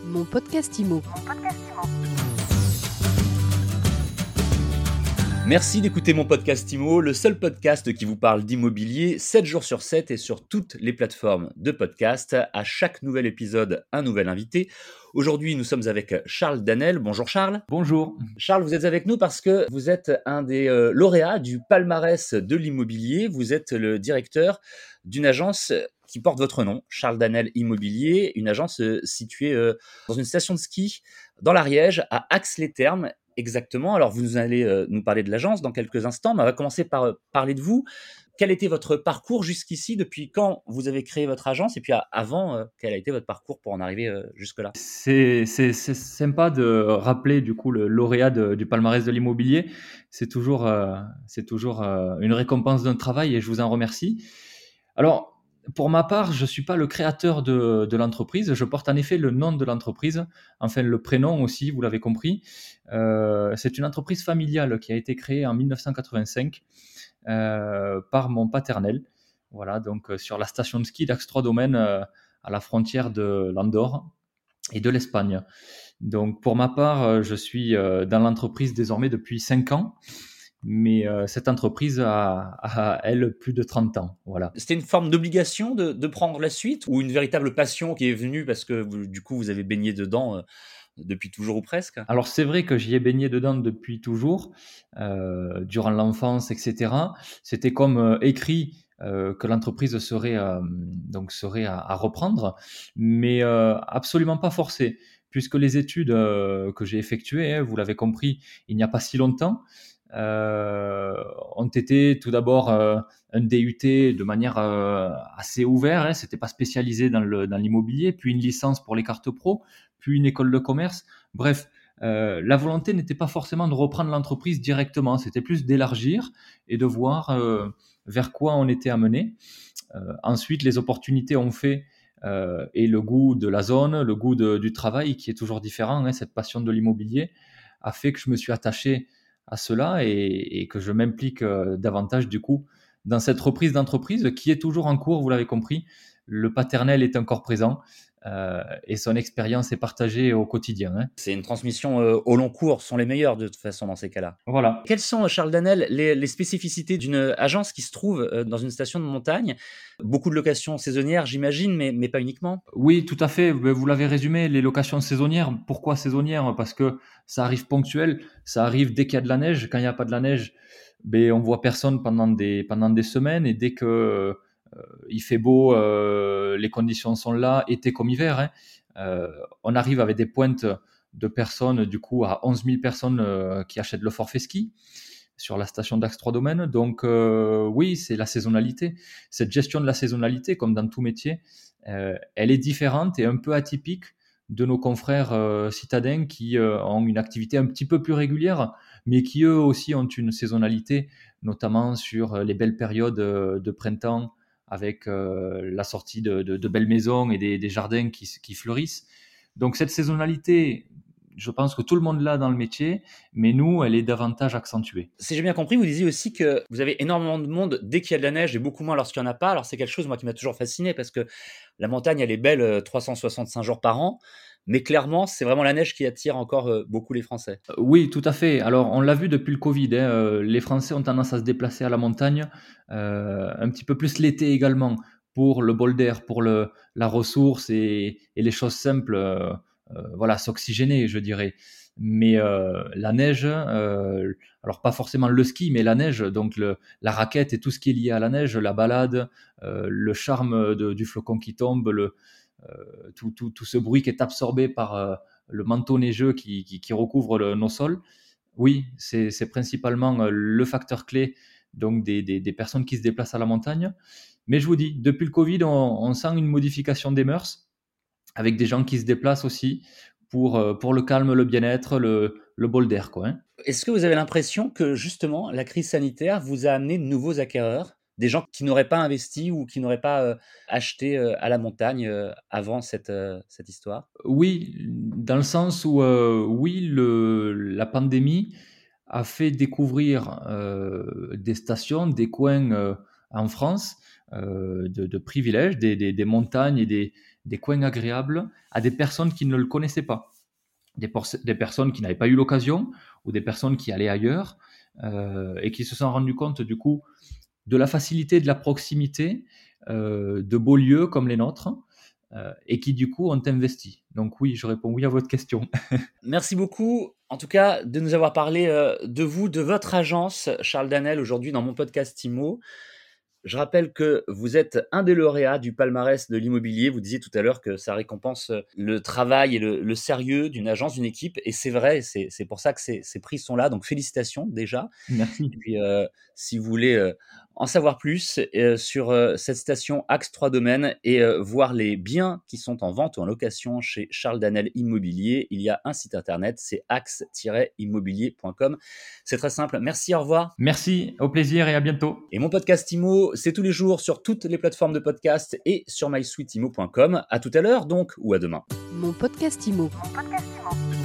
Mon podcast IMO. Merci d'écouter mon podcast IMO, le seul podcast qui vous parle d'immobilier 7 jours sur 7 et sur toutes les plateformes de podcast. À chaque nouvel épisode, un nouvel invité. Aujourd'hui, nous sommes avec Charles Danel. Bonjour Charles. Bonjour. Charles, vous êtes avec nous parce que vous êtes un des lauréats du palmarès de l'immobilier. Vous êtes le directeur d'une agence qui porte votre nom, Charles Danel Immobilier, une agence située dans une station de ski dans l'Ariège, à Ax-les-Thermes. Exactement. Alors, vous allez nous parler de l'agence dans quelques instants, mais on va commencer par parler de vous. Quel était votre parcours jusqu'ici? Depuis quand vous avez créé votre agence? Et puis avant, quel a été votre parcours pour en arriver jusque-là? C'est sympa de rappeler du coup le lauréat du palmarès de l'immobilier. C'est toujours une récompense d'un travail et je vous en remercie. Alors, pour ma part, je suis pas le créateur de l'entreprise. Je porte en effet le nom de l'entreprise, enfin le prénom aussi, vous l'avez compris. C'est une entreprise familiale qui a été créée en 1985 par mon paternel. Voilà, donc sur la station de ski d'Ax-3-Domaines à la frontière de l'Andorre et de l'Espagne. Donc pour ma part, je suis dans l'entreprise désormais depuis 5 ans, mais cette entreprise a, elle, plus de 30 ans. Voilà. C'était une forme d'obligation de prendre la suite ou une véritable passion qui est venue parce que du coup, vous avez baigné dedans depuis toujours ou presque? Alors c'est vrai que j'y ai baigné dedans depuis toujours, durant l'enfance, etc. C'était comme écrit que l'entreprise serait à reprendre, mais absolument pas forcé, puisque les études que j'ai effectuées, hein, vous l'avez compris, il n'y a pas si longtemps, euh, ont été tout d'abord un DUT de manière assez ouverte, hein, c'était pas spécialisé dans l'immobilier, puis une licence pour les cartes pro, puis une école de commerce. Bref, la volonté n'était pas forcément de reprendre l'entreprise directement, c'était plus d'élargir et de voir vers quoi on était amené. Ensuite, les opportunités ont fait et le goût de la zone, le goût du travail qui est toujours différent, hein, cette passion de l'immobilier a fait que je me suis attaché à cela et que je m'implique davantage du coup dans cette reprise d'entreprise qui est toujours en cours, vous l'avez compris. Le paternel est encore présent et son expérience est partagée au quotidien, hein. C'est une transmission au long cours, sont les meilleures de toute façon dans ces cas-là. Voilà. Quelles sont, Charles Danel, les spécificités d'une agence qui se trouve dans une station de montagne? Beaucoup de locations saisonnières, j'imagine, mais pas uniquement. Oui, tout à fait. Vous l'avez résumé, les locations saisonnières. Pourquoi saisonnières? Parce que ça arrive ponctuel, ça arrive dès qu'il y a de la neige. Quand il n'y a pas de la neige, ben, on voit personne pendant des semaines. Et dès que il fait beau, les conditions sont là, été comme hiver, hein. On arrive avec des pointes de personnes, du coup, à 11 000 personnes qui achètent le forfait ski sur la station d'Ax-3-Domaines. Donc oui, c'est la saisonnalité. Cette gestion de la saisonnalité, comme dans tout métier, elle est différente et un peu atypique de nos confrères citadins qui ont une activité un petit peu plus régulière, mais qui eux aussi ont une saisonnalité, notamment sur les belles périodes de printemps, avec la sortie de belles maisons et des jardins qui fleurissent. Donc cette saisonnalité, je pense que tout le monde l'a dans le métier, mais nous, elle est davantage accentuée. Si j'ai bien compris, vous disiez aussi que vous avez énormément de monde dès qu'il y a de la neige et beaucoup moins lorsqu'il n'y en a pas. Alors c'est quelque chose, moi, qui m'a toujours fasciné parce que la montagne, elle est belle 365 jours par an, mais clairement, c'est vraiment la neige qui attire encore beaucoup les Français. Oui, tout à fait. Alors, on l'a vu depuis le Covid, hein, les Français ont tendance à se déplacer à la montagne, un petit peu plus l'été également, pour le bol d'air, pour la ressource et les choses simples, voilà, s'oxygéner, je dirais. Mais la neige, alors pas forcément le ski, mais la neige, donc la raquette et tout ce qui est lié à la neige, la balade, le charme du flocon qui tombe, tout ce bruit qui est absorbé par le manteau neigeux qui recouvre nos sols. Oui, c'est principalement le facteur clé donc des personnes qui se déplacent à la montagne. Mais je vous dis, depuis le Covid, on sent une modification des mœurs, avec des gens qui se déplacent aussi pour le calme, le bien-être, le bol d'air, quoi, hein. Est-ce que vous avez l'impression que justement la crise sanitaire vous a amené de nouveaux acquéreurs? Des gens qui n'auraient pas investi ou qui n'auraient pas acheté à la montagne avant cette histoire? Oui, dans le sens où, oui, la pandémie a fait découvrir des stations, des coins en France de privilèges, des montagnes et des coins agréables à des personnes qui ne le connaissaient pas. Des personnes qui n'avaient pas eu l'occasion ou des personnes qui allaient ailleurs et qui se sont rendues compte du coup de la facilité, de la proximité de beaux lieux comme les nôtres et qui du coup ont investi. Donc oui, je réponds oui à votre question. Merci beaucoup, en tout cas, de nous avoir parlé de vous, de votre agence, Charles Danel, aujourd'hui dans mon podcast IMO. Je rappelle que vous êtes un des lauréats du palmarès de l'immobilier. Vous disiez tout à l'heure que ça récompense le travail et le sérieux d'une agence, d'une équipe. Et c'est vrai, c'est pour ça que ces prix sont là. Donc félicitations déjà. Merci. Et puis, si vous voulez en savoir plus sur cette station Axe 3 Domaines et voir les biens qui sont en vente ou en location chez Charles Danel Immobilier, il y a un site internet, c'est axe-immobilier.com. C'est très simple. Merci, au revoir. Merci, au plaisir et à bientôt. Et mon podcast IMO, c'est tous les jours sur toutes les plateformes de podcast et sur mysuiteimo.com. À tout à l'heure donc, ou à demain. Mon podcast IMO.